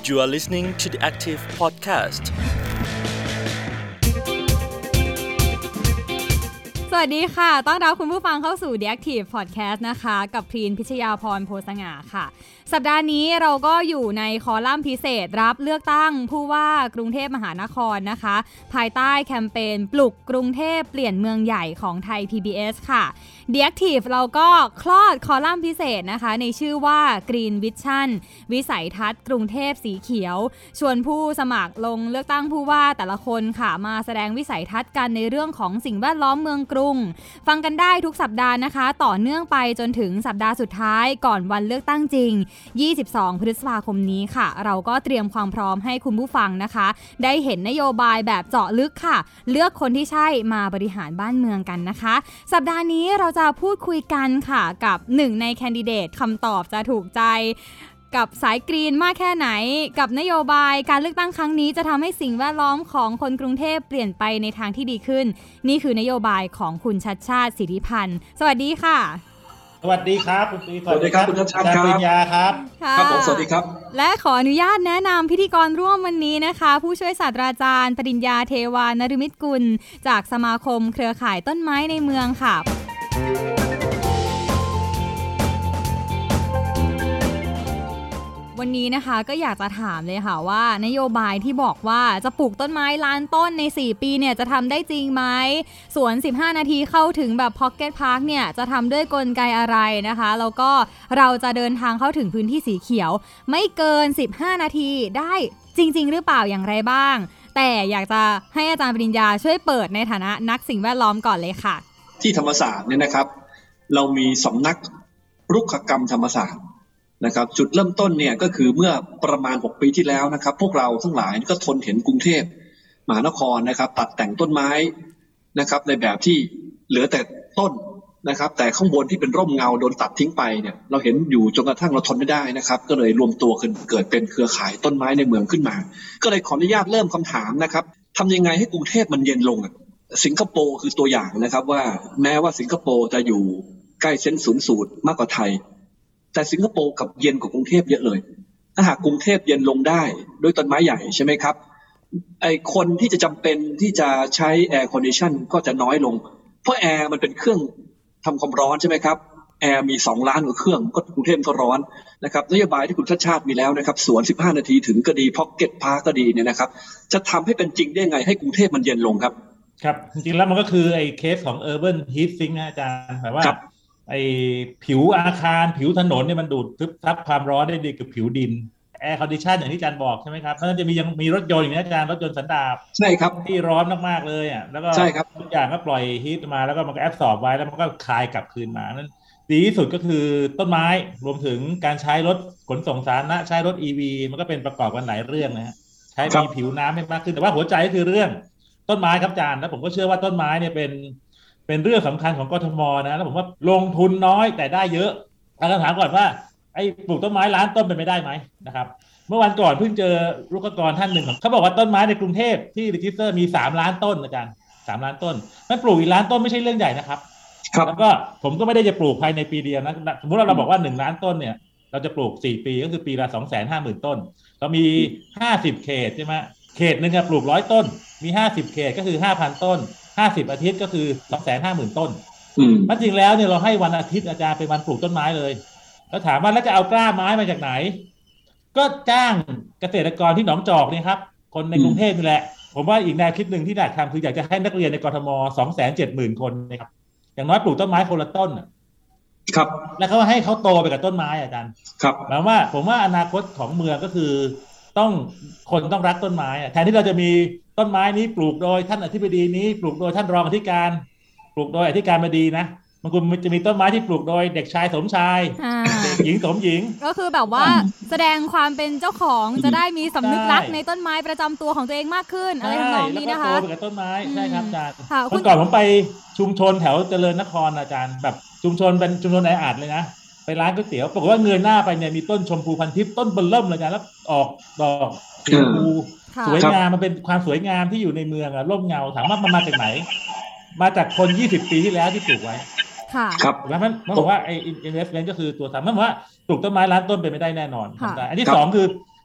You are listening to the Active Podcast. สวัสดีค่ะต้อนรับคุณผู้ฟังเข้าสู่ The Active Podcast นะคะกับพรีนพิชยาพรโพสง่าค่ะสัปดาห์นี้เราก็อยู่ในคอลัมน์พิเศษรับเลือกตั้งผู้ว่ากรุงเทพมหานครนะคะภายใต้แคมเปญปลุกกรุงเทพเปลี่ยนเมืองใหญ่ของไทย PBS ค่ะ The Active เราก็คลอดคอลัมน์พิเศษนะคะในชื่อว่า Green Vision วิสัยทัศน์กรุงเทพสีเขียวชวนผู้สมัครลงเลือกตั้งผู้ว่าแต่ละคนค่ะมาแสดงวิสัยทัศน์กันในเรื่องของสิ่งแวดล้อมเมืองกรุงฟังกันได้ทุกสัปดาห์นะคะต่อเนื่องไปจนถึงสัปดาห์สุดท้ายก่อนวันเลือกตั้งจริง22 พฤษภาคมนี้ค่ะเราก็เตรียมความพร้อมให้คุณผู้ฟังนะคะได้เห็นนโยบายแบบเจาะลึกค่ะเลือกคนที่ใช่มาบริหารบ้านเมืองกันนะคะสัปดาห์นี้เราจะพูดคุยกันค่ะกับหนึ่งในแคนดิเดตคำตอบจะถูกใจกับสายกรีนมากแค่ไหนกับนโยบายการเลือกตั้งครั้งนี้จะทำให้สิ่งแวดล้อมของคนกรุงเทพเปลี่ยนไปในทางที่ดีขึ้นนี่คือนโยบายของคุณชัชชาติสิทธิพันธ์สวัสดีค่ะสวัสดีครับคุณตีสวัสดีครับคุณชัชชาติครับปริญญาครับครับผมสวัสดีครับและขออนุญาตแนะนำพิธีกรร่วมวันนี้นะคะผู้ช่วยศาสตราจารย์ปริญญาเทวานฤมิตกุลจากสมาคมเครือข่ายต้นไม้ในเมืองค่ะวันนี้นะคะก็อยากจะถามเลยค่ะว่านโยบายที่บอกว่าจะปลูกต้นไม้ล้านต้นใน4ปีเนี่ยจะทำได้จริงไหมสวน15นาทีเข้าถึงแบบพ็อกเก็ตพาร์คเนี่ยจะทำด้วยกลไกอะไรนะคะแล้วก็เราจะเดินทางเข้าถึงพื้นที่สีเขียวไม่เกิน15นาทีได้จริงๆหรือเปล่าอย่างไรบ้างแต่อยากจะให้อาจารย์ปริญญาช่วยเปิดในฐานะนักสิ่งแวดล้อมก่อนเลยค่ะที่ธรรมศาสตร์เนี่ยนะครับเรามีสำนักรุกขกรรมธรรมศาสตร์นะครับจุดเริ่มต้นเนี่ยก็คือเมื่อประมาณ6ปีที่แล้วนะครับพวกเราทั้งหลายก็ทนเห็นกรุงเทพมหานครนะครับตัดแต่งต้นไม้นะครับในแบบที่เหลือแต่ต้นนะครับแต่ข้างบนที่เป็นร่มเงาโดนตัดทิ้งไปเนี่ยเราเห็นอยู่จนกระทั่งเราทนไม่ได้นะครับก็เลยรวมตัวกันเกิดเป็นเครือข่ายต้นไม้ในเมืองขึ้นมาก็เลยขออนุญาตเริ่มคำถามนะครับทำยังไงให้กรุงเทพมันเย็นลงสิงคโปร์คือตัวอย่างนะครับว่าแม้ว่าสิงคโปร์จะอยู่ใกล้เส้นศูนย์สูตรมากกว่าไทยแต่สิงคโปร์กับเย็นกว่ากรุงเทพเยอะเลยถ้าหากกรุงเทพเย็นลงได้ด้วยต้นไม้ใหญ่ใช่ไหมครับไอคนที่จะจำเป็นที่จะใช้แอร์คอนดิชันก็จะน้อยลงเพราะแอร์มันเป็นเครื่องทำความร้อนใช่ไหมครับแอร์มี2ล้านกว่าเครื่องก็กรุงเทพก็ร้อนนะครับนโยบายที่คุณชัชชาติมีแล้วนะครับสวน15นาทีถึงก็ดีพ็อกเก็ตพาร์คก็ดีเนี่ยนะครับจะทำให้เป็นจริงได้ไงให้กรุงเทพมันเย็นลงครับครับจริงๆแล้วมันก็คือไอ้เคสของ Urban Heat Sink นะอาจารย์หมายว่าไอ้ผิวอาคารผิวถนนเนี่ยมันดูดซับความร้อนได้ดีกับผิวดินแอร์คอนดิชันอย่างที่อาจารย์บอกใช่ไหมครับเพราะฉะนั้นจะมีรถยนต์อย่างนี้อาจารย์รถยนต์สันดาปใช่ครับที่ร้อนมากๆเลยอ่ะแล้วก็ทุกอย่างก็ปล่อยฮีทมาแล้วก็มันก็แอบสอบไว้แล้วมันก็คลายกลับคืนมานั้นดีที่สุดก็คือต้นไม้รวมถึงการใช้รถขนส่งสาธารณะใช้รถ EV มันก็เป็นประกอบกันหลายเรื่องนะฮะใช้มีผิวน้ำให้มากขึ้นแต่ว่าหัวใจก็คือเรื่องต้นไม้ครับอาจารย์แล้วผมก็เชื่อว่าต้นไม้เนี่ยเป็นเรื่องสำคัญของกทมนะแล้วผมว่าลงทุนน้อยแต่ได้เยอะอาจารย์ถามก่อนว่าไอ้ปลูกต้นไม้ล้านต้นเป็นไปได้ไหมนะครับเมื่อวันก่อนเพิ่งเจอรุกขกรท่านหนึ่งเขาบอกว่าต้นไม้ในกรุงเทพที่รีจิสเตอร์มี3ล้านต้นอาจารย์3ล้านต้นนั่นปลูกอีกล้านต้นไม่ใช่เรื่องใหญ่นะครับแล้วก็ผมก็ไม่ได้จะปลูกภายในปีเดียวนะสมมติเราบอกว่า1ล้านต้นเนี่ยเราจะปลูก4ปีก็คือปีละ 250,000 ต้นเรามี50เขตใช่ไหมเขตนึงปลูก100ต้นมี50เขตก็คือ 5,000 ต้น50อาทิตย์ก็คือ 250,000 ต้นเพราะจริงแล้วเนี่ยเราให้วันอาทิตย์อาจารย์เป็นวันปลูกต้นไม้เลยแล้วถามว่าแล้วจะเอากล้าไม้มาจากไหนก็จ้างเกษตรกรที่หนองจอกเนี่ยครับคนในกรุงเทพนี่แหละผมว่าอีกแนวคิดหนึ่งที่อยากทำคืออยากจะให้นักเรียนในกทม 270,000 คนนะครับอย่างน้อยปลูกต้นไม้คนละต้นครับแล้วเขาให้เขาโตไปกับต้นไม้อาจารย์ครับหมายว่าผมว่าอนาคตของเมืองก็คือคนต้องรักต้นไม้แทนที่เราจะมีต้นไม้นี้ปลูกโดยท่านอธิบดีนี้ปลูกโดยท่านรองอธิการปลูกโดยอธิการบดีนะมันจะมีต้นไม้ที่ปลูกโดยเด็กชายสมชายเด็กหญิงสมหญิงก็คือแบบว่าแสดงความเป็นเจ้าของจะได้มีสำนึกรักในต้นไม้ประจำตัวของตัวเองมากขึ้นอะไรทำนองนี้นะคะแล้วก็โตไปกับต้นไม้ใช่ครับอาจารย์เมื่อก่อนผมไปชุมชนแถวเจริญนครอาจารย์แบบชุมชนเป็นชุมชนแออัดเลยนะไปร้านก๋วยเตี๋ยวปรากฏว่าเงยหน้าไปเนี่ยมีต้นชมพูพันทิพย์ต้นเบิ่มเริ่มเลยนะแล้วออกดอกสีชมพูสวยงามมันเป็นความสวยงามที่อยู่ในเมืองร่มเงาถามว่ามันมาจากไหนมาจากคน20ปีที่แล้วที่ปลูกไว้ครับแล้วมันบอกว่าไอ้ investment ก็คือตัวสำคัญมันว่าปลูกต้นไม้ล้านต้นเป็นไม่ได้แน่นอนอันที่2คือ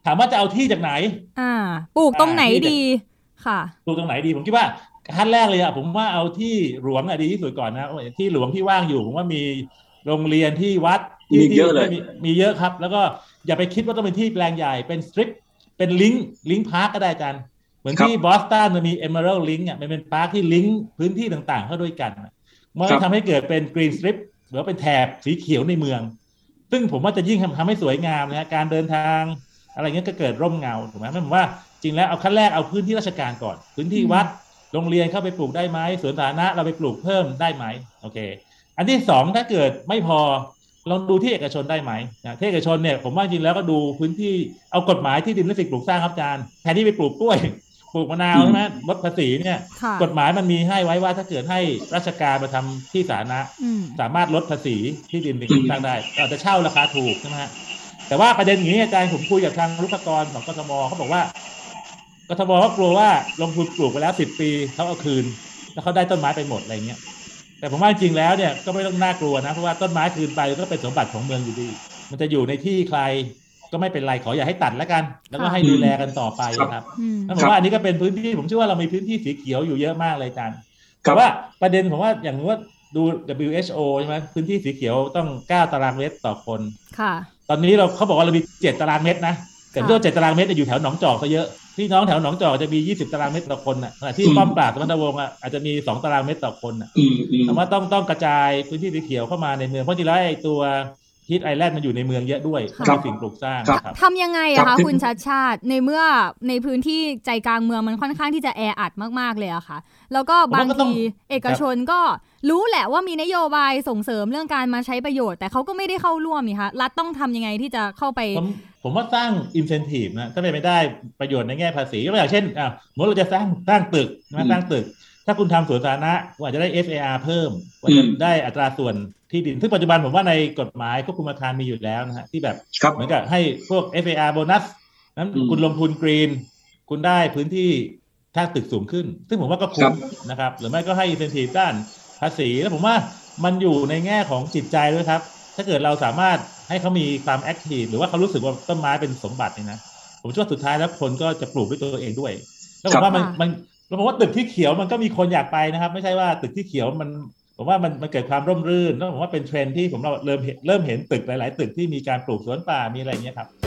ถามว่าจะเอาที่จากไหนปลูกตรงไหนดีค่ะปลูกตรงไหนดีผมคิดว่าขั้นแรกเลยผมว่าเอาที่หลวงดีที่สุดก่อนนะที่หลวงที่ว่างอยู่ผมว่ามีโรงเรียนที่วัดมีเยอะเลยมีเยอะครับแล้วก็อย่าไปคิดว่าต้องเป็นที่แปลงใหญ่เป็นสตริปเป็นลิงก์พาร์คก็ได้กันเหมือนที่บอสตันมันมี Emerald Link มันเป็นพาร์คที่ลิงก์พื้นที่ต่างๆเข้าด้วยกันมันทำให้เกิดเป็นกรีนสตริปหรือเป็นแถบสีเขียวในเมืองซึ่งผมว่าจะยิ่งทำให้สวยงามนะการเดินทางอะไรเงี้ยก็เกิดร่มเงาถูกไหมผมว่าจริงแล้วเอาขั้นแรกเอาพื้นที่ราชการก่อนพื้นที่วัดโรงเรียนเข้าไปปลูกได้ไหมสวนสาธารณะเราไปปลูกเพิ่มได้ไหมโอเคอันที่สองถ้าเกิดไม่พอลองดูที่เอกชนได้ไหมนะที่เอกชนเนี่ยผมว่าจริงแล้วก็ดูพื้นที่เอากฎหมายที่ดินและสิ่งปลูกสร้างครับอาจารย์แทนที่ไปปลูกกล้วยปลูกมะนาวใช่ไหมลดภาษีเนี่ยกฎหมายมันมีให้ไว้ว่าถ้าเกิดให้ราชการมาทำที่สาธารณะสามารถลดภาษีที่ดินสิ่งปลูกสร้างได้อาจจะเช่าราคาถูกใช่ไหมฮะแต่ว่าประเด็นอย่างนี้อาจารย์ผมคุยกับทางรุกขกรของกทมเขาบอกว่ากทมเขากลัวว่าลงทุนปลูกไปแล้ว10 ปีเขาเอาคืนแล้วเขาได้ต้นไม้ไปหมดอะไรเงี้ยแต่ผมว่าจริงแล้วเนี่ยก็ไม่ต้องน่ากลัวนะเพราะว่าต้นไม้คืนไปก็เป็นสมบัติของเมืองอยู่ดีมันจะอยู่ในที่ใครก็ไม่เป็นไรขออย่าให้ตัดแล้วกันแล้วก็ให้ดูแลกันต่อไปนะครับแล้วผมว่าอันนี้ก็เป็นพื้นที่ผมเชื่อว่าเรามีพื้นที่สีเขียวอยู่เยอะมากเลยอาจารย์แต่ว่าประเด็นผมว่าอย่างว่าดู WHO ใช่ไหมพื้นที่สีเขียวต้อง9 ตารางเมตรต่อคนค่ะตอนนี้เขาบอกว่าเรามี7 ตารางเมตรนะแต่ด้วย7 ตารางเมตรอยู่แถวหนองจอกซะเยอะพี่น้องแถวหนองจอกจะมี20 ตารางเมตรต่อคนขณะที่ป้อมปราบสมรวงศ์อาจจะมี2 ตารางเมตรต่อคนแต่ว่าต้องกระจายพื้นที่สีเขียวเข้ามาในเมืองเพราะจริงแล้วไอ้ตัวฮิตไอแลนด์มันอยู่ในเมืองเยอะด้วยมีสิ่งปลูกสร้างทำยังไงอะคะคุณชัดชาติในเมื่อในพื้นที่ใจกลางเมืองมันค่อนข้างที่จะแออัดมากๆเลยอะค่ะแล้วก็บางทีเอกชนก็รู้แหละว่ามีนโยบายส่งเสริมเรื่องการมาใช้ประโยชน์แต่เขาก็ไม่ได้เข้าร่วมนี่คะรัฐต้องทำยังไงที่จะเข้าไปผมว่าสร้าง incentive นะถ้าไม่ได้ประโยชน์ในแง่ภาษีก็อย่างเช่นเมื่อเราจะสร้างตึกนะสร้างตึกถ้าคุณทำสวนสาธารณะว่าจะได้ FAR เพิ่มว่าจะได้อัตราส่วนที่ดินซึ่งปัจจุบันผมว่าในกฎหมายควบคุมอาคารมีอยู่แล้วนะฮะที่แบบเหมือนกับให้พวก FAR โบนัสนั้นคุณลงทุนกรีนคุณได้พื้นที่ถ้าตึกสูงขึ้นซึ่งผมว่าก็คุ้มนะครับหรือไม่ก็ให้ incentive ด้านภาษีแล้วผมว่ามันอยู่ในแง่ของจิตใจด้วยครับถ้าเกิดเราสามารถให้เขามีความแอคทีฟหรือว่าเขารู้สึกว่าต้นไม้เป็นสมบัตินี่นะผมเชื่อว่าสุดท้ายแล้วคนก็จะปลูกด้วยตัวเองด้วยแล้วผมว่าผมว่าตึกที่เขียวมันก็มีคนอยากไปนะครับไม่ใช่ว่าตึกที่เขียวผมว่ามันเกิดความร่มรื่นแล้วผมว่าเป็นเทรนด์ที่เราเริ่มเห็นตึกหลายๆตึกที่มีการปลูกสวนป่ามีอะไรอย่างเงี้ยครับ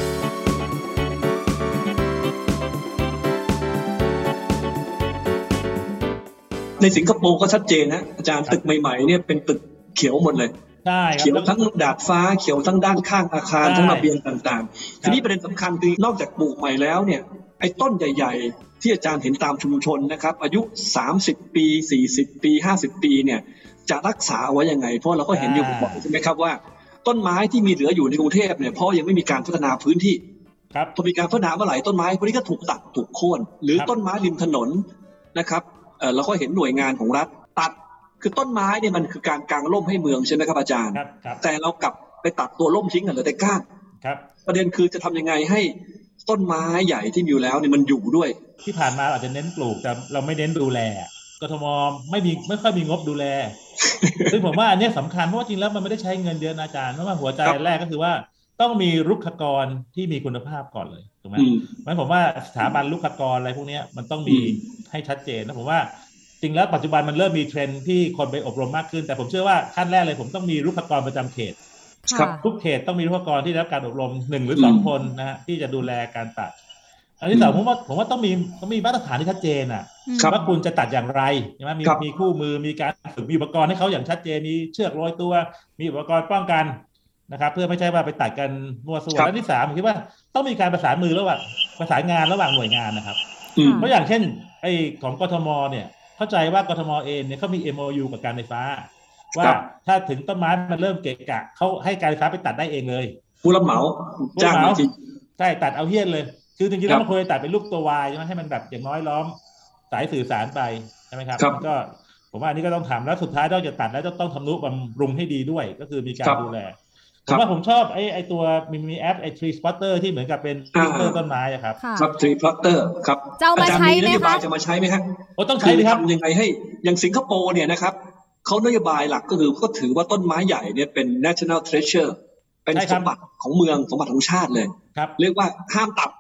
ในสิงคโปร์ก็ชัดเจนนะอาจารย์ตึกใหม่ๆเนี่ยเป็นตึกเขียวหมดเลยใช่เขียวทั้งดาดฟ้าเขียวทั้งด้านข้างอาคารทั้งระเบียงต่างๆทีนี้ประเด็นสำคัญคือนอกจากปลูกใหม่แล้วเนี่ยไอ้ต้นใหญ่ๆที่อาจารย์เห็นตามชุมชนนะครับอายุ30 ปี40 ปี50 ปีเนี่ยจะรักษาไว้ยังไงเพราะเราก็เห็นอยู่บ่อยใช่ไหมครับว่าต้นไม้ที่มีเหลืออยู่ในกรุงเทพเนี่ยเพราะยังไม่มีการพัฒนาพื้นที่พอมีการพัฒนาเมื่อไหร่ต้นไม้พวกนี้ก็ถูกตัดถูกโค่นหรือต้นไม้ริมถนนนะครับเราก็เห็นหน่วยงานของรัฐตัดคือต้นไม้เนี่ยมันคือการกางร่มให้เมืองใช่ไหมครับอาจารย์แต่เรากลับไปตัดตัวร่มทิ้งกันเหลือแต่ก้านประเด็นคือจะทำยังไงให้ต้นไม้ใหญ่ที่มีอยู่แล้วเนี่ยมันอยู่ด้วยที่ผ่านมาอาจจะเน้นปลูกแต่เราไม่เน้นดูแลกทมไม่ค่อยมีงบดูแล ซึ่งผมว่าอันนี้สำคัญเพราะว่าจริงแล้วมันไม่ได้ใช้เงินเยอะนะอาจารย์เพราะว่าหัวใจแรกก็คือว่าต้องมีรุกขกรที่มีคุณภาพก่อนเลยถูกไหมงั้นผมว่าสถาบันรุกขกรอะไรพวกนี้มันต้องมีให้ชัดเจนนะผมว่าจริงแล้วปัจจุบันมันเริ่มมีเทรนด์ที่คนไปอบรมมากขึ้นแต่ผมเชื่อว่าขั้นแรกเลยผมต้องมีรุกขกรประจำเขตทุกเขตต้องมีรุกขกรที่ได้รับการอบรม1 หรือ 2 คนนะฮะที่จะดูแลการตัดอันที่สองผมว่าต้องมีมาตรฐานที่ชัดเจนว่าคุณจะตัดอย่างไรใช่ไหมมีคู่มือมีการฝึกมีอุปกรณ์ให้เขาอย่างชัดเจนมีเชือกโรยตัวมีอุปกรณ์ป้องกันนะครับเพื่อไม่ใช่ว่าไปตัดกันมั่วซั่วและที่3ผมคิดว่าต้องมีการประสานมือระหว่างประสานงานระหว่างหน่วยงานนะครับเพราะอย่างเช่นไอ้ของกทมเนี่ยเข้าใจว่ากทมเองเนี่ยเขามี MOU กับการไฟฟ้าว่าถ้าถึงต้นไม้มันเริ่มเกะกะเขาให้การไฟฟ้าไปตัดได้เองเลยผู้รับเหมาจ้างจริงใช่ตัดเอาเฮี้ยนเลยคือจริงๆแล้วมันควรจะตัดเป็นลูกตัววายใช่ไหมให้มันแบบอย่างน้อยล้อมสายสื่อสารไปใช่ไหมครับก็ผมว่าอันนี้ก็ต้องทำแล้วสุดท้ายเราจะตัดแล้วต้องทำนุบำรุงให้ดีด้วยก็คือมีการดูแลผมชอบไอ้ตัวมีแอปไอ้ Tree Spotter ที่เหมือนกับเป็นพิมพ์ต้นไม้ครับ Tree Spotter ครับจะเอามาใช้ไหมคะจะมาใช้ไหมครับต้องใช้ครับทำยังไงให้อย่างสิงคโปร์เนี่ยนะครับเขานโยบายหลักก็คือก็ถือว่าต้นไม้ใหญ่เนี่ยเป็น national treasure เป็นสมบัติของเมืองสมบัติของชาติเลยเรียกว่าห้ามตัด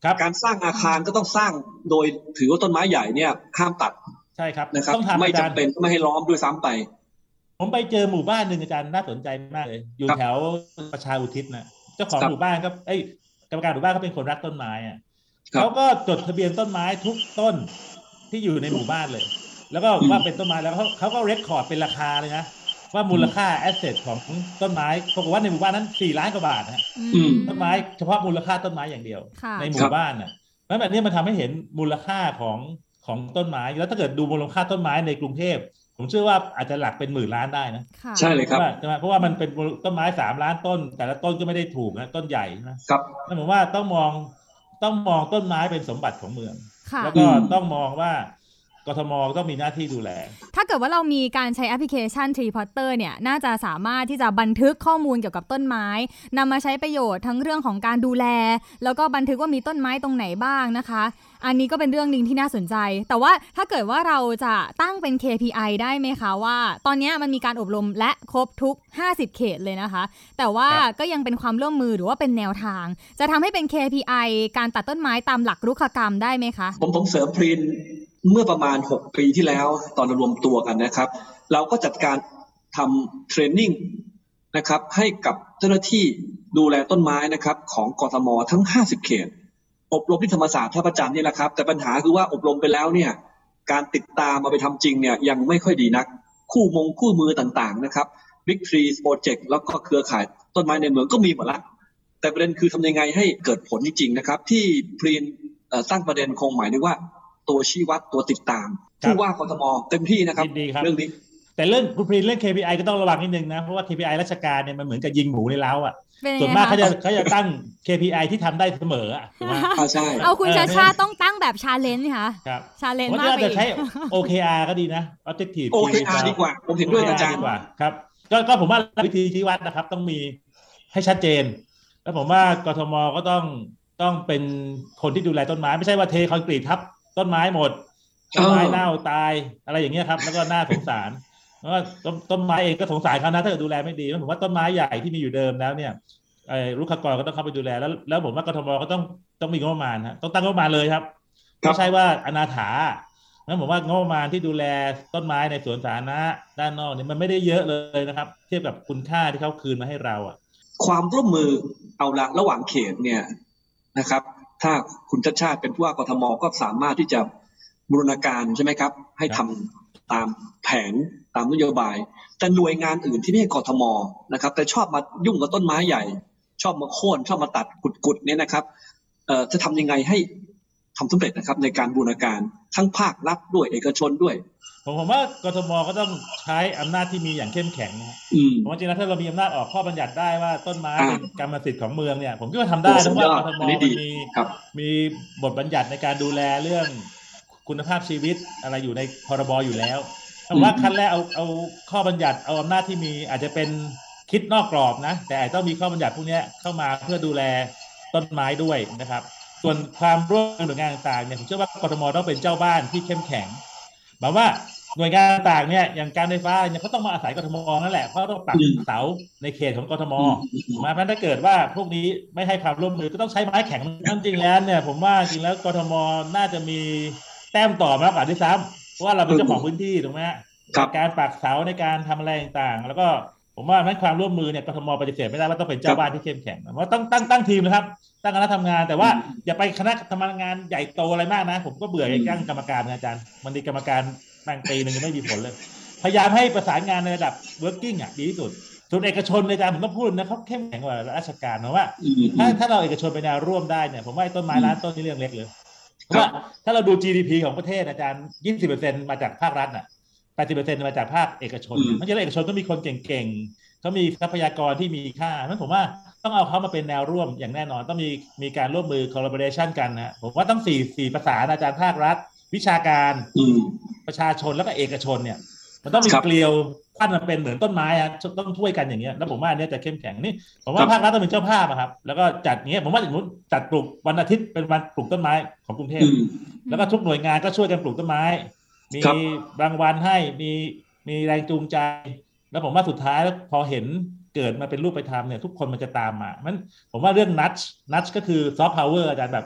การสร้างอาคารก็ต้องสร้างโดยถือว่าต้นไม้ใหญ่เนี่ยห้ามตัดใช่ครับนะครับไม่จำเป็นไม่ให้ล้อมด้วยซ้ำไปผมไปเจอหมู่บ้านหนึ่งอาจารย์น่าสนใจมากเลยอยู่แถวประชาอุทิศนะเจ้าของหมู่บ้านครับกรรมการหมู่บ้านเขาเป็นคนรักต้นไม้อ่ะเขาก็จดทะเบียนต้นไม้ทุกต้นที่อยู่ในหมู่บ้านเลยแล้วก็ว่าเป็นต้นไม้แล้วเขาก็เรคคอร์ดเป็นราคาเลยนะว่ามูลค่าแอสเซทของต้นไม้ปรากฏว่าในหมู่บ้านนั้น4 ล้านกว่าบาทนะต้นไม้เฉพาะมูลค่าต้นไม้อย่างเดียวในหมู่บ้านน่ะแล้วแบบนี้มันทำให้เห็นมูลค่าของต้นไม้แล้วถ้าเกิดดูมูลค่าต้นไม้ในกรุงเทพผมเชื่อว่าอาจจะหลักเป็นหมื่นล้านได้นะใช่เลยครับเพราะว่ามันเป็นต้นไม้3 ล้านต้นแต่ละต้นก็ไม่ได้ถูกนะต้นใหญ่นะครับนั่นหมายว่าต้องมองต้นไม้เป็นสมบัติของเมืองแล้วก็ต้องมองว่ากทมต้องมีหน้าที่ดูแลถ้าเกิดว่าเรามีการใช้แอปพลิเคชัน Tree Potter เนี่ยน่าจะสามารถที่จะบันทึกข้อมูลเกี่ยวกับต้นไม้นำมาใช้ประโยชน์ทั้งเรื่องของการดูแลแล้วก็บันทึกว่ามีต้นไม้ตรงไหนบ้างนะคะอันนี้ก็เป็นเรื่องนึงที่น่าสนใจแต่ว่าถ้าเกิดว่าเราจะตั้งเป็น KPI ได้ไหมคะว่าตอนนี้มันมีการอบรมและครบทุก50 เขตเลยนะคะแต่ว่าก็ยังเป็นความร่วมมือหรือว่าเป็นแนวทางจะทำให้เป็น KPI การตัดต้นไม้ตามหลักรุกขกรรมได้ไหมคะผมเสริมพรินเมื่อประมาณ6 ปีที่แล้วตอนเรารวมตัวกันนะครับเราก็จัดการทำเทรนนิ่งนะครับให้กับเจ้าหน้าที่ดูแลต้นไม้นะครับของกทมทั้ง50 เขตอบรมที่ธรรมศาสตร์ท่าพระจันทร์นี่แหละครับแต่ปัญหาคือว่าอบรมไปแล้วเนี่ยการติดตามมาไปทำจริงเนี่ยยังไม่ค่อยดีนักคู่มือต่างๆนะครับ Big Trees Project แล้วก็เครือข่ายต้นไม้ในเมืองก็มีหมดละแต่ประเด็นคือทำยังไงให้เกิดผลจริงๆนะครับที่พรีนตั้งประเด็นคงหมายถึงว่าตัวชี้วัดตัวติดตามผู้ว่ากทมเต็มที่นะครับเรื่องนี้แต่เรื่องคุณพรีนเรื่อง KPI ก็ต้องระวังนิดนึงนะเพราะว่า KPI ราชการเนี่ยมันเหมือนกับยิงหมูในเล้าอ่ะส่วนมากเขาจะตั้ง KPI ที่ทำได้เสมออ่ะถูกไหมใช่เอาคุณชาต้องตั้งแบบ challenge ค่ะ challenge มากไปจะใช้ OKR ก็ดีนะ Objective OKR ดีกว่าผมเห็นด้วยอาจารย์ครับก็ผมว่าวิธีชี้วัดนะครับต้องมีให้ชัดเจนแล้วผมว่ากทมก็ต้องเป็นคนที่ดูแลต้นไม้ไม่ใช่ว่าเทคอนกรีตทับต้นไม้หมดต้นไม้เน่าตายอะไรอย่างเงี้ยครับแล้วก็น่าสงสารแล้วก็ต้นไม้เองก็สงสารเขานะถ้าเกิดดูแลไม่ดีผมว่าต้นไม้ใหญ่ที่มีอยู่เดิมแล้วเนี่ยรุกขกรก็ต้องเข้าไปดูแลแล้วผมว่ากทมก็ต้องมีงบประมาณฮะต้องตั้งงบประมาณเลยครับไม่ใช่ว่าอนาถางั้นผมว่างบประมาณที่ดูแลต้นไม้ในสวนสาธารณะด้านนอกเนี่ยมันไม่ได้เยอะเลยนะครับเทียบกับคุณค่าที่เขาคืนมาให้เราอ่ะความร่วมมือเอาละระหว่างเขตเนี่ยนะครับถ้าคุณชัชชาติเป็นผู้ว่ากทมก็สามารถที่จะบูรณาการใช่ไหมครับให้ทำตามแผนตามนโยบายแต่หน่วยงานอื่นที่ไม่ใช่กทมนะครับแต่ชอบมายุ่งกับต้นไม้ใหญ่ชอบมาโค่นชอบมาตัดกุดเนี่ยนะครับจะทำยังไงให้ทำสำเร็จนะครับในการบูรณาการทั้งภาครัฐด้วยเอกชนด้วยผมว่ากทมก็ต้องใช้อำนาจที่มีอย่างเข้มแข็งนะผมว่าจริงๆแล้วถ้าเรามีอำนาจออกข้อบัญญัติได้ว่าต้นไม้เป็นกรรมสิทธิ์ของเมืองเนี่ยผมคิดว่าทำได้เพราะว่ากทมมีบทบัญญัติในการดูแลเรื่องคุณภาพชีวิตอะไรอยู่ในพรบอยู่แล้วผมว่าขั้นแรกเอาข้อบัญญัติเอาอำนาจที่มีอาจจะเป็นคิดนอกกรอบนะแต่อาจต้องมีข้อบัญญัติพวกนี้เข้ามาเพื่อดูแลต้นไม้ด้วยนะครับส่วนความร่วมมือหน่วยงานต่างๆเนี่ยผมเชื่อว่ากทมต้องเป็นเจ้าบ้านที่เข้มแข็งหมายว่าหน่วยงานต่างๆเนี่ยอย่างการไฟฟ้าเนี่ยเขาต้องมาอาศัยกทมนั่นแหละเพราะต้องปักเสาในเขตของกทมมาเพราะถ้าเกิดว่าพวกนี้ไม่ให้ความร่วมมือก็ต้องใช้ไม้แข็งนั่นจริงแล้วเนี่ยผมว่าจริงแล้วกทมน่าจะมีแต้มต่อมากกว่าด้วยซ้ำเพราะว่าเราเป็นเจ้าของพื้นที่ถูกไหมการปักเสาในการทำอะไรต่างๆแล้วก็ผมว่าให้ความร่วมมือเนี่ยกทมปฏิเสธไม่ได้ว่าต้องเป็นเจ้าบ้านที่เข้มแข็งว่าต้องตั้งทีมนะครับตั้งคณะทำงานแต่ว่าอย่าไปคณะทำงานใหญ่โตอะไรมากนะผมก็เบื่อไอ้ตั้งกรรมการอาจารย์มันมีกรรมการตั้งปีนึงยังไม่มีผลเลยพยายามให้ประสานงานในระดับ working อ่ะดีที่สุดส่วนเอกชนอาจารย์ผมต้องพูดนะเขาเข้มแข็งกว่าราชการนะว่าถ้าเราเอกชนไปแนวร่วมได้เนี่ยผมว่าต้นไม้ล้านต้นนี่เรื่องเล็กเลยเพราะว่าถ้าเราดู GDP ของประเทศอาจารย์ 20% มาจากภาครัฐน่ะ 80% มาจากภาคเอกชนเพราะฉะนั้นเอกชนก็มีคนเก่งๆเขามีทรัพยากรที่มีค่าเพราะฉะนั้นผมว่าต้องเอาเขามาเป็นแนวร่วมอย่างแน่นอนต้องมีการร่วมมือ collaboration กันนะผมว่าต้อง4ประสานอาจารย์ภาครัฐวิชาการประชาชนแล้วก็เอกชนเนี่ยมันต้องมีเกลียวขั้นมันเป็นเหมือนต้นไม้อะต้องช่วยกันอย่างเงี้ยแล้วผมว่าอันนี้จะเข้มแข็งนี่ผมว่าภาครัฐต้องเป็นเจ้าภาพครับแล้วก็จัดเงี้ยผมว่าสมมติจัดปลูกวันอาทิตย์เป็นวันปลูกต้นไม้ของกรุงเทพแล้วก็ทุกหน่วยงานก็ช่วยกันปลูกต้นไม้มีรางวัลให้มีแรงจูงใจแล้วผมว่าสุดท้ายแล้วพอเห็นเกิดมาเป็นรูปธรรมเนี่ยทุกคนมันจะตามมามันผมว่าเรื่องนัทก็คือซอฟต์พาวเวอร์อาจารย์แบบ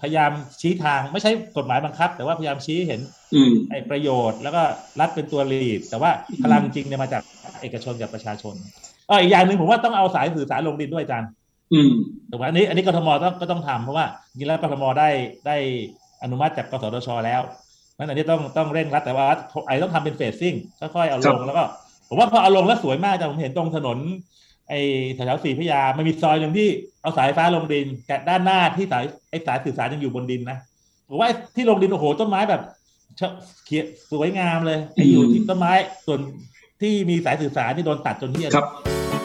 พยายามชี้ทางไม่ใช่กฎหมายบังคับแต่ว่าพยายามชี้เห็นไอ้ประโยชน์แล้วก็รัฐเป็นตัวลีดแต่ว่าพลังจริงเนี่ยมาจากเอกชนกับประชาชนอีกอย่างหนึ่งผมว่าต้องเอาสายสื่อสารลงดินด้วยอาจารย์แต่ว่าอันนี้กทมก็ต้องทำเพราะว่าจริงแล้วกทมได้อนุมัติจากกสทชแล้วนั้นอันนี้ต้องเร่งรัดแต่ว่าไอ้ต้องทำเป็นเฟสซิ่งค่อยๆเอาลงแล้วก็ผมว่าพอเอาลงแล้วสวยมากแต่ผมเห็นตรงถนนไอ้แถวๆศรีพระยามันมีซอยหนึ่งที่เอาสายฟ้าลงดินแต่ด้านหน้าที่สายสื่อสารยังอยู่บนดินนะผมว่าที่ลงดินโอ้โหต้นไม้แบบเขียวสวยงามเลยไอ้อยู่ที่ต้นไม้ส่วนที่มีสายสื่อสารที่โดนตัดจนเหี้ยครับ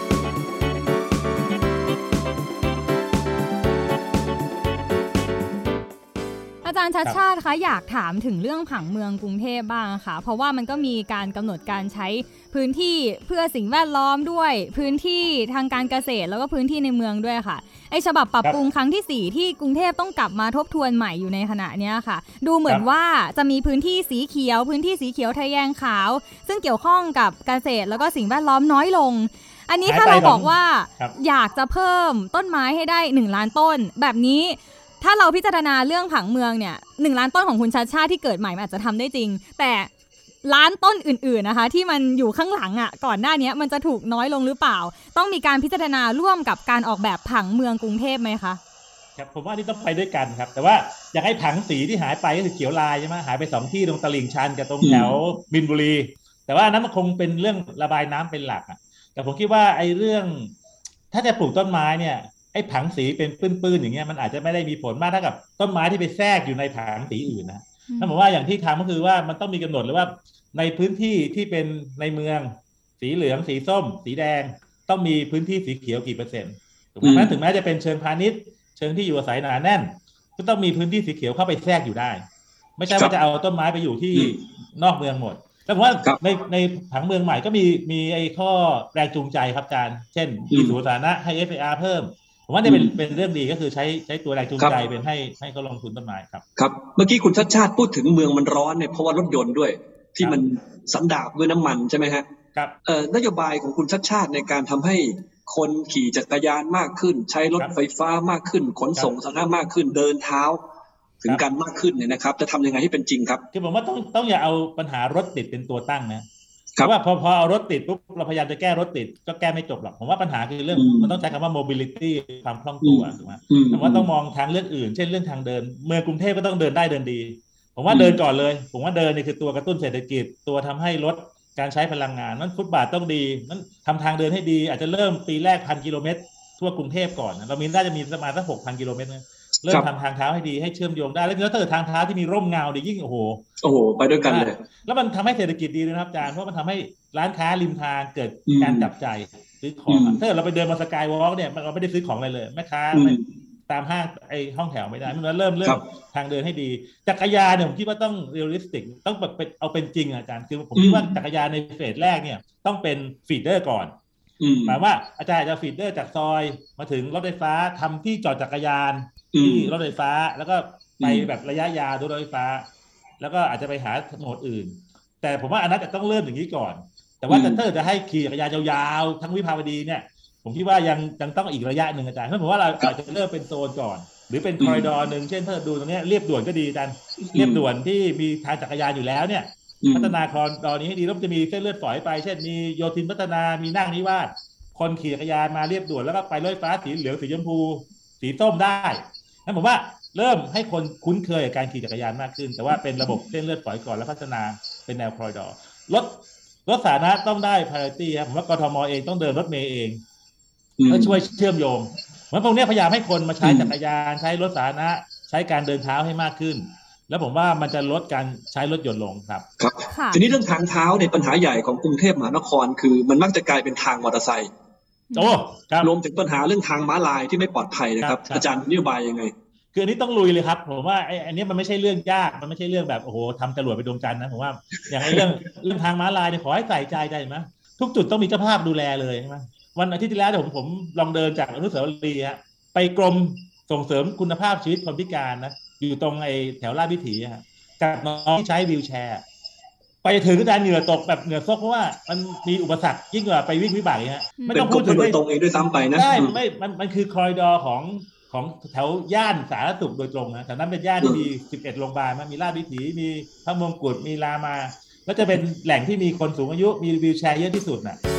อาจารย์ชัชชาติคะอยากถามถึงเรื่องผังเมืองกรุงเทพบ้างค่ะเพราะว่ามันก็มีการกำหนดการใช้พื้นที่เพื่อสิ่งแวดล้อมด้วยพื้นที่ทางการเกษตรแล้วก็พื้นที่ในเมืองด้วยค่ะไอ้ฉบับปรับปรุงครั้งที่4ที่กรุงเทพต้องกลับมาทบทวนใหม่อยู่ในขณะนี้ค่ะดูเหมือนว่าจะมีพื้นที่สีเขียวพื้นที่สีเขียวทะแยงขาวซึ่งเกี่ยวข้องกับเกษตรแล้วก็สิ่งแวดล้อมน้อยลงอันนี้ถ้าเราบอกว่าอยากจะเพิ่มต้นไม้ให้ได้1ล้านต้นแบบนี้ถ้าเราพิจารณาเรื่องผังเมืองเนี่ย1ล้านต้นของคุณชัชชาติที่เกิดใหม่มันอาจจะทำได้จริงแต่ล้านต้นอื่นๆนะคะที่มันอยู่ข้างหลังก่อนหน้านี้มันจะถูกน้อยลงหรือเปล่าต้องมีการพิจารณาร่วมกับการออกแบบผังเมืองกรุงเทพไหมคะครับผมว่านี่ต้องไปด้วยกันครับแต่ว่าอยากให้ผังสีที่หายไปก็คือเขียวลายใช่ไหมหายไป2ที่ตรงตลิ่งชันกับตรงแถวมินบุรีแต่ว่านั้นมันคงเป็นเรื่องระบายน้ำเป็นหลักแต่ผมคิดว่าไอ้เรื่องถ้าจะปลูกต้นไม้เนี่ยไอ้ผังสีเป็นปื้นๆอย่างเงี้ยมันอาจจะไม่ได้มีผลมากเท่ากับต้นไม้ที่ไปแทรกอยู่ในผังสีอื่นนะนั่นหมายว่าอย่างที่ทำก็คือว่ามันต้องมีกำหนดเลยว่าในพื้นที่ที่เป็นในเมืองสีเหลืองสีส้มสีแดงต้องมีพื้นที่สีเขียวกี่เปอร์เซ็นต์ถูกไหมถึงแม้จะเป็นเชิงพาณิชย์เชิงที่อยู่อาศัยหนาแน่นก็ต้องมีพื้นที่สีเขียวเข้าไปแทรกอยู่ได้ไม่ใช่ว่าจะเอาต้นไม้ไปอยู่ที่นอกเมืองหมดแล้วผมว่าในผังเมืองใหม่ก็มีไอ้ข้อแรงจูงใจครับอาจารย์เช่นมีสวนสาธารณะให้ FAR เพิ่มผมว่านี่เป็นเรื่องดีก็คือใช้ตัวแรงจูงใจเป็นให้เขาลงทุนต้นไม้ครับครับเมื่อกี้คุณชัชชาติพูดถึงเมืองมันร้อนเนี่ยเพราะว่ารถยนต์ด้วยที่มันสันดาปด้วยน้ำมันใช่ไหมฮะครับนโยบายของคุณชัชชาติในการทำให้คนขี่จักรยานมากขึ้นใช้รถไฟฟ้ามากขึ้นขนส่งสาธารณะมากขึ้นเดินเท้าถึงกันมากขึ้นเนี่ยนะครับจะทำยังไงให้เป็นจริงครับคือผมว่าต้องอย่าเอาปัญหารถติดเป็นตัวตั้งนะเพราะว่าพอเอารถติดปุ๊บเราพยายามจะแก้รถติดก็แก้ไม่จบหรอกผมว่าปัญหาคือเรื่องมันต้องใช้คำว่า mobility ความคล่องตัวถูกไหมแต่ว่าต้องมองทางเลือกอื่นเช่นเรื่องทางเดินเมืองกรุงเทพก็ต้องเดินได้เดินดีผมว่าเดินก่อนเลยผมว่าเดินนี่คือตัวกระตุ้นเศรษฐกิจตัวทำให้ลดการใช้พลังงานนั้นฟุตบาทต้องดีนั้นทำทางเดินให้ดีอาจจะเริ่มปีแรก 1,000 กิโลเมตรทั่วกรุงเทพก่อนเราน่าจะมีประมาณสัก 6,000 กิโลเมตรเริ่มทำทางเท้าให้ดีให้เชื่อมโยงได้แล้วถ้าเกิดทางเท้าที่มีร่มเงาดียิ่งโอ้โหไปด้วยกันเลยแล้วมันทำให้เศรษฐกิจดีนะครับอาจารย์เพราะมันทำให้ร้านค้าริมทางเกิดการจับจ่ายซื้อของถ้าเราไปเดินบนสกายวอล์กเนี่ยเราไม่ได้ซื้อของอะไรเลยแม่ค้าตามห้างไอ้ห้องแถวไม่ได้มันเริ่มทางเดินให้ดีจักรยานเนี่ยผมคิดว่าต้องเรียลลิสติกต้องแบบเอาเป็นจริงอาจารย์คือผมคิดว่าจักรยานในเฟสแรกเนี่ยต้องเป็นฟีดเดอร์ก่อนหมายว่าอาจารย์จะฟีดเดอร์จากซอยมาถึงรถไฟฟ้าทำที่จอดจักรยานที่รถไฟฟ้าแล้วก็ไปแบบระยะยาวด้วยรถไฟฟ้าแล้วก็อาจจะไปหาโหมดอื่นแต่ผมว่าอันนั้นจะต้องเริ่มอย่างนี้ก่อนแต่ว่าถ้าจะให้ขี่จักรยานยาวๆทั้งวิภาวดีเนี่ยผมคิดว่ายังต้องอีกระยะหนึ่งอาจารย์เพราะผมว่าเราอาจจะเริ่มเป็นโซนก่อนหรือเป็นคอริดอร์หนึ่งเช่นถ้าดูตรงนี้เรียบด่วนก็ดีอาจารย์เรียบด่วนที่มีทางจักรยานอยู่แล้วเนี่ยพัฒนาคอริดอร์นี้ให้ดีแล้วจะมีเส้นเลือดฝอยไปเช่นมีโยธินพัฒนามีนั่งนิวาสคนขี่จักรยานมาเรียบด่วนแล้วก็ไปรถไฟฟ้าสีเหลืองสีชมพูสีส้มได้นั่นผมว่าเริ่มให้คนคุ้นเคยกับการขี่จักรยานมากขึ้นแต่ว่าเป็นระบบเส้นเลือดฝอยก่อนแล้วพัฒนาเป็นแนวคอริดอร์รถสาธารณะต้องได้ priority ครับผมว่ากทมเองต้องเดินรถเมล์เองเพื่อช่วยเชื่อมโยงเหมือนพวกนี้พยายามให้คนมาใช้จักรยานใช้รถสาธารณะใช้การเดินเท้าให้มากขึ้นแล้วผมว่ามันจะลดการใช้รถยนต์ลงครับทีนี้เรื่องทางเท้าเนี่ยปัญหาใหญ่ของกรุงเทพมหานครคือมันมักจะกลายเป็นทางมอเตอร์ไซค์รวมถึงปัญหาเรื่องทางม้าลายที่ไม่ปลอดภัยนะครับอาจารย์นโยบายยังไงคืออันนี้ต้องลุยเลยครับผมว่าอันนี้มันไม่ใช่เรื่องยากมันไม่ใช่เรื่องแบบโอ้โหทำจรวดไปดวงจันทร์นะผมว่าอย่างเรื่องทางม้าลายเนี่ยขอให้ใส่ใจได้ไหมทุกจุดต้องมีเจ้าภาพดูแลเลยใช่ไหมวันอาทิตย์ที่แล้วผมลองเดินจากอนุสาวรีย์ไปกรมส่งเสริมคุณภาพชีวิตคนพิการนะอยู่ตรงไอ้แถวลาดวิถีกับน้องที่ใช้วีลแชร์ไปถึงก็จะเหงื่อตกแบบเหงื่อซกเพราะว่ามันมีอุปสรรคยิ่งกว่าไปวิ่งวิบากไม่ต้องพูดถึงตรงเองด้วยซ้ำไปนะใช่มันคือคอริดอร์ของของแถวย่านสาธารณสุขโดยตรงนะแถวนั้นเป็นย่านที่มี11โรงพยาบาลมีราชวิถีมีพระมงกุฎมีรามาแล้วจะเป็นแหล่งที่มีคนสูงอายุมีวีลแชร์เยอะที่สุดน่ะ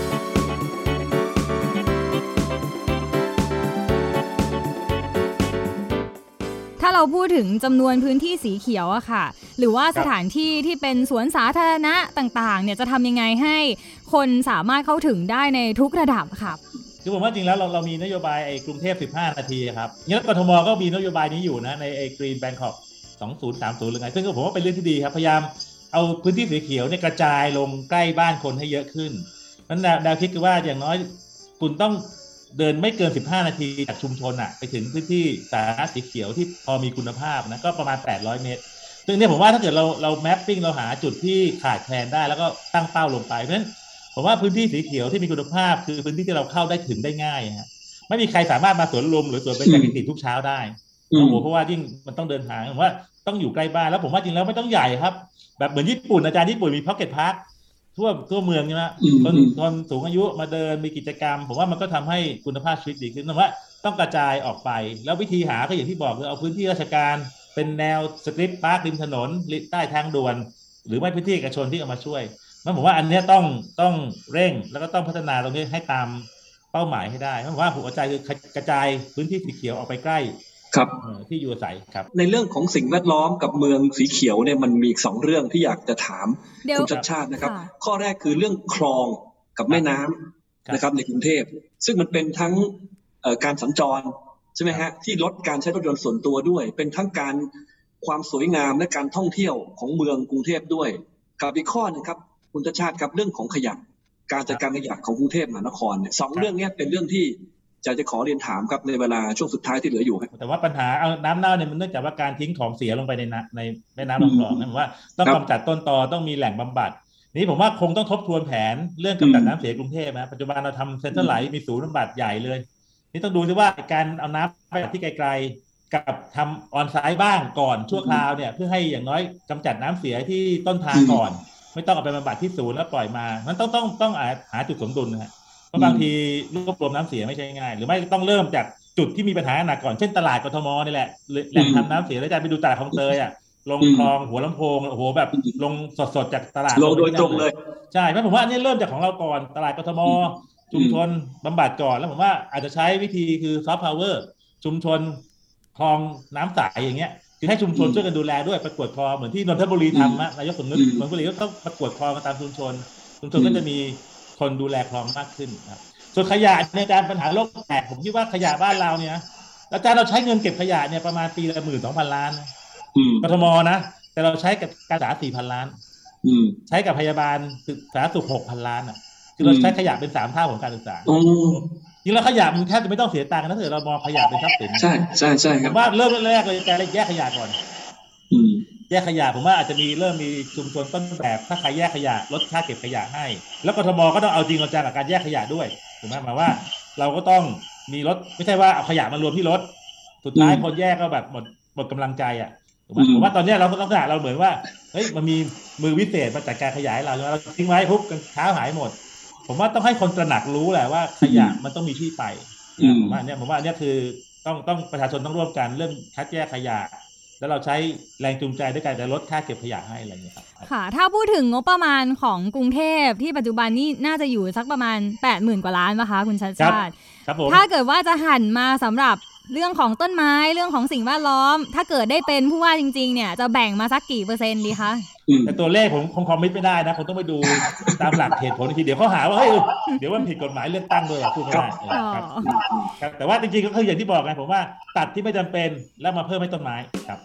ถ้าเราพูดถึงจำนวนพื้นที่สีเขียวอะค่ะหรือว่าสถานที่ที่เป็นสวนสาธารณะต่างๆเนี่ยจะทำยังไงให้คนสามารถเข้าถึงได้ในทุกระดับครับคือผมว่าจริงแล้วเรามีนโยบายกรุงเทพ15นาทีครับเนี่ยกทมก็มีนโยบายนี้อยู่นะในGreen Bangkok 2030หรือไงซึ่งผมว่าเป็นเรื่องที่ดีครับพยายามเอาพื้นที่สีเขียวเนี่ยกระจายลงใกล้บ้านคนให้เยอะขึ้นนั้นแนวคิดคือว่าอย่างน้อยคุณต้องเดินไม่เกิน15นาทีจากชุมชนอ่ะไปถึงพื้นที่สาธารณะสีเขียวที่พอมีคุณภาพนะก็ประมาณ800เมตรซึ่งเนี่ยผมว่าถ้าเกิดเราแมปปิ้งเราหาจุดที่ขาดแคลนได้แล้วก็ตั้งเป้าลงไปเพราะฉะนั้นผมว่าพื้นที่สีเขียวที่มีคุณภาพคือพื้นที่ที่เราเข้าได้ถึงได้ง่ายฮะไม่มีใครสามารถมาสวนลุมหรือสวนเบญจกิติทุกเช้าได้เพราะว่ายิ่งมันต้องเดินทางผมว่าต้องอยู่ใกล้บ้านแล้วผมว่าจริงแล้วไม่ต้องใหญ่ครับแบบเหมือนญี่ปุ่นอาจารย์ญี่ปุ่นมีพ็อกเก็ตพาร์คทั่วเมืองใช่ไหมคนสูงอายุมาเดินมีกิจกรรมผมว่ามันก็ทำให้คุณภาพชีวิตดีขึ้นแต่ว่าต้องกระจายออกไปแล้ววิธีหาก็อย่างที่บอกคือเอาพื้นที่ราชการเป็นแนวสตรีทพาร์คริมถนนใต้ทางด่วนหรือไม่พื้นที่เอกชนที่เอามาช่วยมันผมว่าอันนี้ต้องเร่งแล้วก็ต้องพัฒนาตรงนี้ให้ตามเป้าหมายให้ได้ผมว่าหัวใจคือกระจายพื้นที่สีเขียวออกไปใกล้ครับที่อยู่อาศัยครับในเรื่องของสิ่งแวดล้อมกับเมืองสีเขียวเนี่ยมันมีอีก2เรื่องที่อยากจะถามคุณชัชชาตินะครับข้อแรกคือเรื่องคลองกับแม่น้ำนะครับในกรุงเทพซึ่งมันเป็นทั้งการสัญจรใช่ไหมฮะที่ลดการใช้รถยนต์ส่วนตัวด้วยเป็นทั้งการความสวยงามและการท่องเที่ยวของเมืองกรุงเทพด้วยกับอีกข้อนึงครับคุณชัชชาติครับเรื่องของขยะการจัดการขยะของกรุงเทพมหานครเนี่ย2เรื่องนี้เป็นเรื่องที่จะขอเรียนถามครับในเวลาช่วงสุดท้ายที่เหลืออยู่แต่ว่าปัญหาเอาน้ำเน่าเนี่ยมันเนื่องจากว่าการทิ้งของเสียลงไปในแม่น้ำลำคลองนะผมว่าต้องกำจัดต้นตอต้องมีแหล่งบำบัดนี้ผมว่าคงต้องทบทวนแผนเรื่องกำจัดน้ำเสียกรุงเทพนะปัจจุบันเราทำเซ็นเตอร์ไลท์มีศูนย์บำบัดใหญ่เลยนี่ต้องดูด้วยว่าการเอาน้ำไปที่ไกลๆกับทำออนไซต์บ้างก่อนชั่วคราวเนี่ยเพื่อให้อย่างน้อยกำจัดน้ำเสียที่ต้นทางก่อนไม่ต้องเอาไปบำบัดที่ศูนย์แล้วปล่อยมามันต้องหาจุดสมดุลนะเพราะบางทีรวบรวมน้ำเสียไม่ใช่ง่ายหรือไม่ต้องเริ่มจากจุดที่มีปัญหาหนักก่อนเช่นตลาดกทมนี่แหละแหล่งทำน้ำเสียแล้วจะไปดูตลาดคลองเตยอ่ะลงคลองหัวลำโพงโอ้โหแบบลงสดๆจากตลาดลงโดยตรงเลยใช่เพราะผมว่าอันนี้เริ่มจากของเราก่อนตลาดกทมชุมชนบำบัดก่อนแล้วผมว่าอาจจะใช้วิธีคือซอฟต์พาวเวอร์ชุมชนคลองน้ำใสอย่างเงี้ยคือให้ชุมชนช่วยกันดูแลด้วยประกวดคลองเหมือนที่นนทบุรีทำนะนายกสมนึกนนทบุรีก็ต้องประกวดคลองกันตามชุมชนก็จะมีคนดูแลคลองมากขึ้นครับส่วนขยะในการปัญหาโลกแตกผมคิดว่าขยะบ้านเราเนี่ยอาจารย์เราใช้เงินเก็บขยะเนี่ยประมาณปีละ 12,000 ล้านกทมนะแต่เราใช้กับการศึกษา 4,000 ล้านใช้กับพยาบาลสาธารณสุข 6,000 ล้านอ่ะคือเราใช้ขยะเป็น3เท่าของการศึกษาจริงแล้วขยะมันแทบจะไม่ต้องเสียตังค์นะถ้าเรามองขยะเป็นทรัพย์สินใช่ครับว่าเริ่มแรกเลยการแยกขยะก่อนแยกขยะผมว่าอาจจะเริ่มมีชุมชนต้นแบบถ้าใครแยกขยะลดค่าเก็บขยะให้แล้วกทมก็ต้องเอาจริงเอาจังกับการแยกขยะด้วยถูกไหมหมายว่าเราก็ต้องมีรถไม่ใช่ว่าเอาขยะมารวมที่รถสุดท้ายคนแยกก็แบบหมดกำลังใจอ่ะถูกไหมผมว่าตอนนี้เราลักษณะเราเหมือนว่าเฮ้ยมันมีมือวิเศษมาจัดการขยะให้เราทิ้งไว้ปุ๊บเท้าหายหมดผมว่าต้องให้คนตระหนักรู้แหละว่าขยะมันต้องมีที่ไปผมว่าเนี่ยคือต้องประชาชนต้องร่วมกันเรื่องคัดแยกขยะแล้วเราใช้แรงจูงใจด้วยการจะลดค่าเก็บขยะให้อะไรอย่างเงี้ยครับค่ะถ้าพูดถึงงบประมาณของกรุงเทพที่ปัจจุบันนี้น่าจะอยู่สักประมาณ 80,000 กว่าล้านนะคะคุณชัชชาติถ้าเกิดว่าจะหันมาสำหรับเรื่องของต้นไม้เรื่องของสิ่งแวดล้อมถ้าเกิดได้เป็นผู้ว่าจริงๆเนี่ยจะแบ่งมาสักกี่เปอร์เซ็นต์ดีคะแต่ตัวเลขผมคงคอมมิตไม่ได้นะคงต้องไปดูตามหลักเหตุผลทีเดี๋ยวเขาหาว่าเฮ้ยเดี๋ยวมันผิดกฎหมายเลือกตั้งด้วยพูดไม่ได้ครับแต่ว่าจริงๆก็คืออย่างที่บอกไงผมว่าตัดที่ไม่จำเป็นแล้วมาเพิ่มให้ต้นไม้ครับ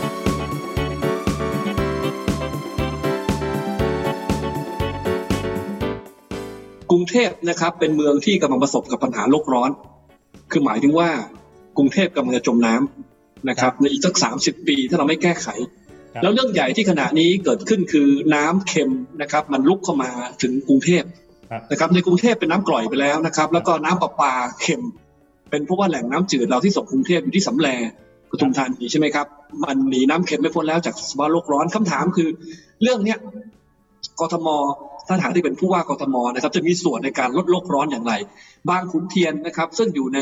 กรุงเทพนะครับเป็นเมืองที่กำลังประสบกับปัญหาโลกร้อนคือหมายถึงว่ากรุงเทพกำลังจะจมน้ำนะครับในอีกสัก30 ปีถ้าเราไม่แก้ไขแล้วเรื่องใหญ่ที่ขณะนี้เกิดขึ้นคือน้ำเค็มนะครับมันลุกเข้ามาถึงกรุงเทพนะครับในกรุงเทพเป็นน้ำกร่อยไปแล้วนะครับแล้วก็น้ำประปาเค็มเป็นเพราะว่าแหล่งน้ำจืดเราที่ส่งกรุงเทพอยู่ที่สำแลปทุมธานีใช่ไหมครับมันหนีน้ำเค็มไม่พ้นแล้วจากสภาวะโลกร้อนคำถามคือเรื่องเนี้ยกทมถ้าหากที่เป็นผู้ว่ากทมนะครับจะมีส่วนในการลดโลกร้อนอย่างไรบางขุนเทียนนะครับซึ่งอยู่ใน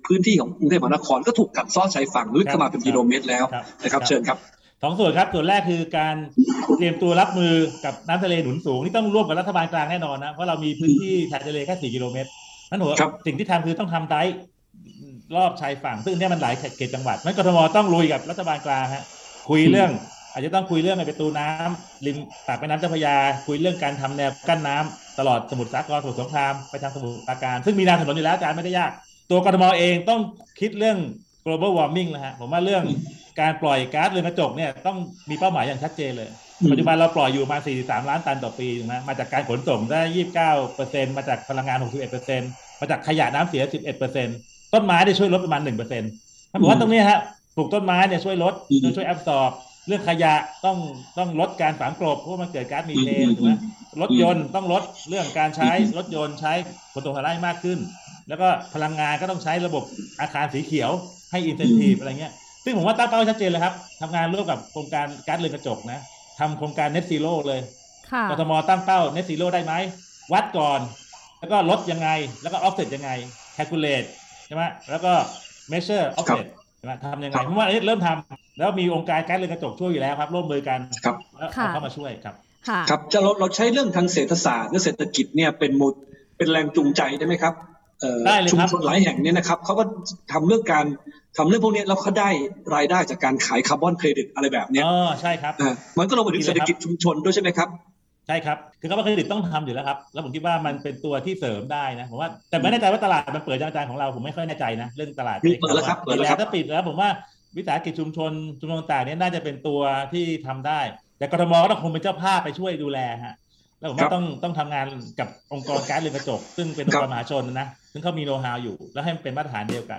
พื้นที่ของกรุงเทพมหานครก็ถูกกัดเซาะชายฝั่งลึกเข้ามาเป็นกิโลเมตรแล้วนะครับเชิญครับ 2 ส่วนครับส่วนแรกคือการเตรียมตัวรับมือกับน้ำทะเลหนุนสูงนี่ต้องร่วมกับรัฐบาลกลางแน่นอนนะเพราะเรามีพื้นที่ชายทะเลแค่4 กิโลเมตรนั่นหัวสิ่งที่ทำคือต้องทำไดค์รอบชายฝั่งซึ่งเนี่ยมันหลายเขตจังหวัดนั้นกทมต้องลุยกับรัฐบาลกลางฮะคุยเรื่องอาจจะต้องคุยเรื่องในประตูน้ำริมปากแม่น้ำเจ้าพระยาคุยเรื่องการทำแนวกั้นน้ำตลอดสมุทรสาครสมุทรสงครามไปทางสมุทรปราการซึ่งมีแนวถนนอยู่แล้วอาจารย์ไม่ได้ยากตัวกทมเองต้องคิดเรื่อง global warming นะฮะผมว่าเรื่องการปล่อยก๊าซเรือนกระจกเนี่ยต้องมีเป้าหมายอย่างชัดเจนเลยปัจจุบันเราปล่อยอยู่มา43 ล้านตันต่อปีนะมาจากการขนส่งได้ 29% มาจากพลังงาน 61% มาจากขยะน้ำเสีย 11% ต้นไม้ได้ช่วยลดประมาณ 1% ถ้าบอกว่าตรงนี้ฮะปลูกต้นไม้เนี่ยช่วยลดช่วยแอบซอร์บเรื่องขยะต้องลดการฝังกลบเพราะมันเกิดก๊าซมีเทนถูกไหมรถยนต์ต้องลดเรื่องการใช้รถยนต์ใช้ขนส่งสาธารณะมากขึ้นแล้วก็พลังงานก็ต้องใช้ระบบอาคารสีเขียวให้อินเซนทีฟอะไรเงี้ยซึ่งผมว่าตั้งเป้าชัดเจนเลยครับทำงานร่วมกับโครงการก๊าซเรือนกระจกนะทำโครงการ Net Zero เลยกทมตั้งเป้า Net Zero ได้ไหมวัดก่อนแล้วก็ลดยังไงแล้วก็ offset ยังไง calculate ใช่ไหมแล้วก็ measure offset ใช่ไหมทำยังไงเพราะว่าเริ่มทำแล้วมีองค์การก๊าซเรือนกระจกช่วยอยู่แล้วครับร่วมมือกันแล้วเข้ามาช่วยครับครับจะเราใช้เรื่องทางเศรษฐศาสตร์และเศรษฐกิจเนี่ยเป็นแรงจูงใจได้ไหมครับชุมชนหลายแห่งเนี่ยนะครับเขาก็ทำเรื่องพวกนี้แล้วเขาได้รายได้จากการขายคาร์บอนเครดิตอะไรแบบนี้ใช่ครับมันก็ลงไปถึงเศรษฐกิจชุมชนด้วยใช่ไหมครับใช่ครับคือคาร์บอนเครดิตต้องทำอยู่แล้วครับแล้วผมคิดว่ามันเป็นตัวที่เสริมได้นะผมว่าแต่ไม่แน่ใจว่าตลาดมันเปิดอาจารย์ของเราผมไม่ค่อยแน่ใจนะเรื่องตลาดเปิดแล้วครับเปิดแล้วถ้าปิดแล้วผมว่าวิสาหกิจชุมชนต่างๆนี้น่าจะเป็นตัวที่ทำได้แต่กทมก็ต้องคงเป็นเจ้าภาพไปช่วยดูแลฮะแล้วผมว่าต้องทำงานกับองค์กรก๊าซเรือนกระจกซึ่งเป็นองค์กรมหาชนนะซึ่งเขามีโน้ตฮาวอยู่แล้วให้มันเป็นมาตรฐานเดียวกัน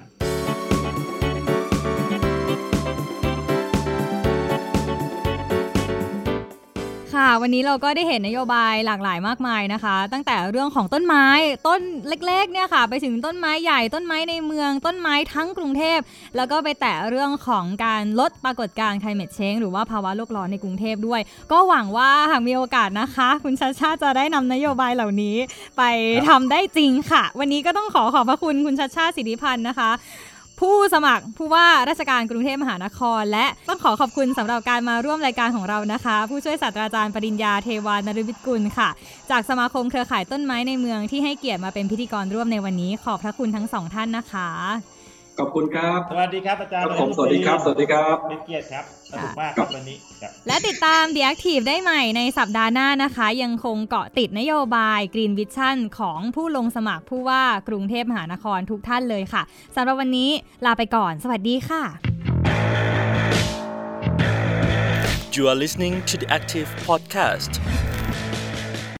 ค่ะวันนี้เราก็ได้เห็นนโยบายหลากหลายมากมายนะคะตั้งแต่เรื่องของต้นไม้ต้นเล็กๆเนี่ยค่ะไปถึงต้นไม้ใหญ่ต้นไม้ในเมืองต้นไม้ทั้งกรุงเทพแล้วก็ไปแตะเรื่องของการลดปรากฏการณ์ climate change หรือว่าภาวะโลกร้อนในกรุงเทพด้วยก็หวังว่าหากมีโอกาสนะคะคุณชัชชาติจะได้นำนโยบายเหล่านี้ไปทำได้จริงค่ะวันนี้ก็ต้องขอบพระคุณคุณชัชชาติสิทธิพันธ์นะคะผู้สมัครผู้ว่าราชการกรุงเทพมหานครและต้องขอบคุณสำหรับการมาร่วมรายการของเรานะคะผู้ช่วยศาสตราจารย์ปริญญาเทวานฤมิตกุลค่ะจากสมาคมเครือข่ายต้นไม้ในเมืองที่ให้เกียรติมาเป็นพิธีกรร่วมในวันนี้ขอบพระคุณทั้ง2ท่านนะคะขอบคุณครับสวัสดีครับอาจารย์สวัสดีครับสวัสดีครับเป็นเกียรติครับสนุกมากครับวันนี้และติดตาม The Active ได้ใหม่ในสัปดาห์หน้านะคะยังคงเกาะติดนโยบาย Green Vision ของผู้ลงสมัครผู้ว่ากรุงเทพมหานครทุกท่านเลยค่ะสำหรับวันนี้ลาไปก่อนสวัสดีค่ะ You are listening to The Active Podcast